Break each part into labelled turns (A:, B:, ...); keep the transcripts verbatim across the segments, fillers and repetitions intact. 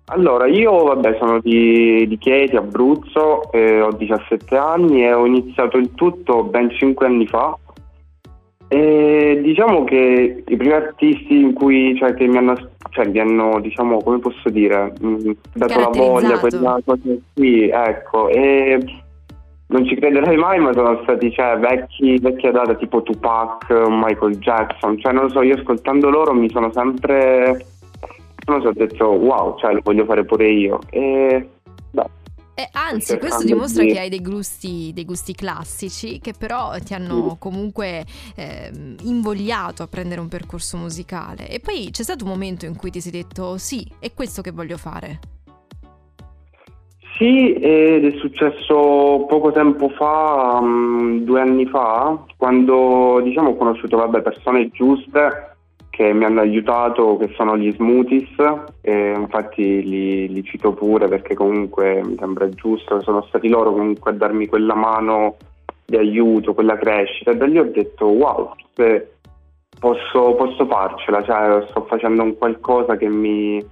A: Allora, io vabbè sono di, di Chieti, Abruzzo, eh, ho diciassette anni e ho iniziato il tutto ben cinque anni fa. E diciamo che i primi artisti in cui, cioè, che mi hanno, cioè, mi hanno, diciamo, come posso dire, mh, dato la voglia, quella cosa qui, ecco, e non ci crederai mai, ma sono stati, cioè, vecchi, vecchia data tipo Tupac, Michael Jackson, cioè, non lo so, io ascoltando loro mi sono sempre, non lo so, ho detto, wow, cioè, lo voglio fare pure io, e beh.
B: Eh, anzi, questo dimostra che hai dei gusti, dei gusti classici che però ti hanno comunque eh, invogliato a prendere un percorso musicale. E poi c'è stato un momento in cui ti sei detto sì, è questo che voglio fare.
A: Sì, ed è successo poco tempo fa, um, due anni fa, quando diciamo ho conosciuto vabbè, persone giuste che mi hanno aiutato, che sono gli Smoothies, e infatti li, li cito pure perché comunque mi sembra giusto, sono stati loro comunque a darmi quella mano di aiuto, quella crescita, e da lì ho detto wow, se posso, posso farcela, cioè sto facendo un qualcosa che mi...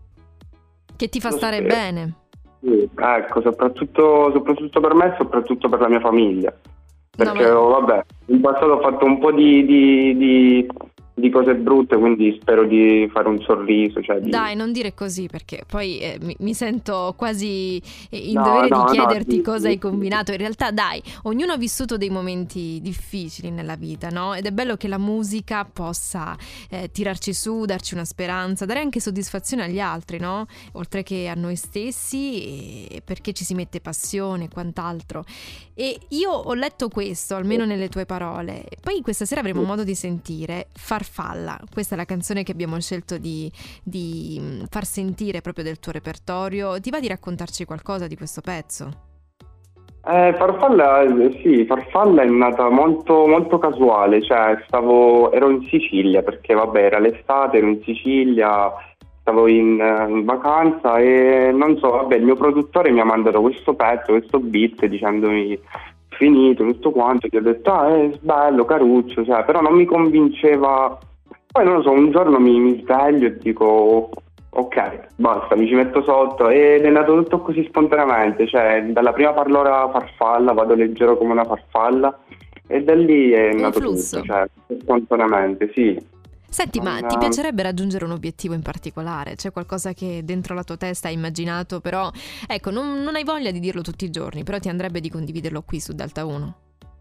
B: che ti fa stare bene.
A: Sì, ecco, soprattutto, soprattutto per me e soprattutto per la mia famiglia, perché
B: no, ma...
A: vabbè, in passato ho fatto un po' di... di, di di cose brutte, quindi spero di fare un sorriso, cioè di...
B: Dai, non dire così perché poi eh, mi, mi sento quasi in
A: no,
B: dovere
A: no,
B: di chiederti
A: no, sì,
B: cosa
A: sì,
B: hai combinato. In realtà dai, ognuno ha vissuto dei momenti difficili nella vita, no? Ed è bello che la musica possa eh, tirarci su, darci una speranza, dare anche soddisfazione agli altri, no? Oltre che a noi stessi, e perché ci si mette passione e quant'altro. E io ho letto questo, almeno nelle tue parole. Poi questa sera avremo modo di sentire Farfalla. Questa è la canzone che abbiamo scelto di, di far sentire proprio del tuo repertorio. Ti va di raccontarci qualcosa di questo pezzo?
A: Eh, Farfalla, eh, sì, Farfalla è nata molto, molto casuale, cioè stavo, ero in Sicilia perché vabbè era l'estate, ero in Sicilia, stavo in, in vacanza e non so, vabbè il mio produttore mi ha mandato questo pezzo, questo beat dicendomi finito, tutto quanto, gli ho detto ah è bello, caruccio, cioè, però non mi convinceva, poi non lo so, un giorno mi, mi sveglio e dico ok, basta, mi ci metto sotto ed è nato tutto così spontaneamente, cioè dalla prima parola farfalla, vado leggero come una farfalla e da lì è
B: Un
A: nato
B: flusso.
A: tutto, cioè spontaneamente, sì.
B: Senti, ma
A: Non,
B: ti piacerebbe raggiungere un obiettivo in particolare? C'è qualcosa che dentro la tua testa hai immaginato, però ecco, non, non hai voglia di dirlo tutti i giorni, però ti andrebbe di condividerlo qui su Delta uno?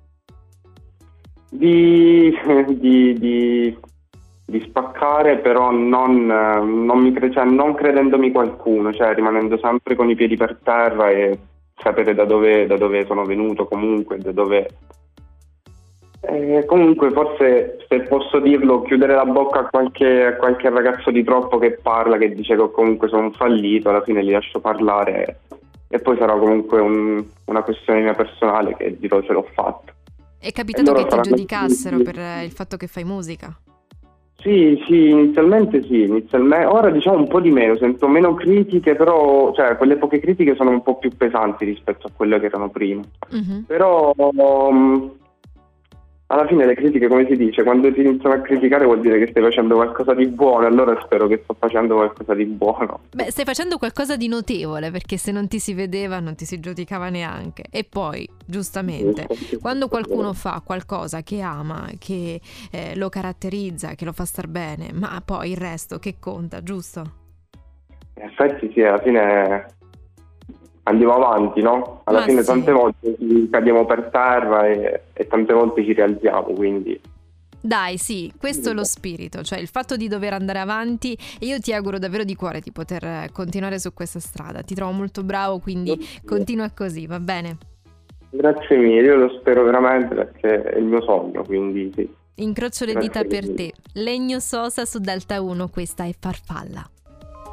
A: Di, di, di, di spaccare, però non, non, mi cre- cioè, non credendomi qualcuno, cioè rimanendo sempre con i piedi per terra e sapere da dove, da dove sono venuto comunque, da dove... Eh, comunque forse se posso dirlo, chiudere la bocca a qualche, a qualche ragazzo di troppo che parla, che dice che comunque sono un fallito, alla fine li lascio parlare e poi sarà comunque un, una questione mia personale che dirò ce l'ho fatto.
B: È capitato che ti giudicassero per il fatto che fai musica?
A: Sì, sì, inizialmente sì, inizialmente, ora diciamo un po' di meno, sento meno critiche, però cioè quelle poche critiche sono un po' più pesanti rispetto a quelle che erano prima. Mm-hmm. Però um, alla fine le critiche, come si dice, quando ti iniziano a criticare vuol dire che stai facendo qualcosa di buono, allora spero che sto facendo qualcosa di buono.
B: Beh, stai facendo qualcosa di notevole, perché se non ti si vedeva non ti si giudicava neanche. E poi, giustamente, quando qualcuno fa qualcosa che ama, che eh, lo caratterizza, che lo fa star bene, ma poi il resto che conta, giusto?
A: In effetti sì, alla fine andiamo avanti, no? Alla
B: Ma
A: fine
B: sì.
A: tante volte cadiamo per terra e, e tante volte ci rialziamo, quindi...
B: Dai, sì, questo è lo spirito, cioè il fatto di dover andare avanti, e io ti auguro davvero di cuore di poter continuare su questa strada. Ti trovo molto bravo, quindi continua così, va bene?
A: Grazie mille, io lo spero veramente perché è il mio sogno, quindi sì.
B: Incrocio le dita per te. Legno Sosa su Delta uno, questa è Farfalla.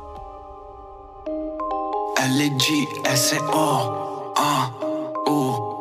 C: L G S O A U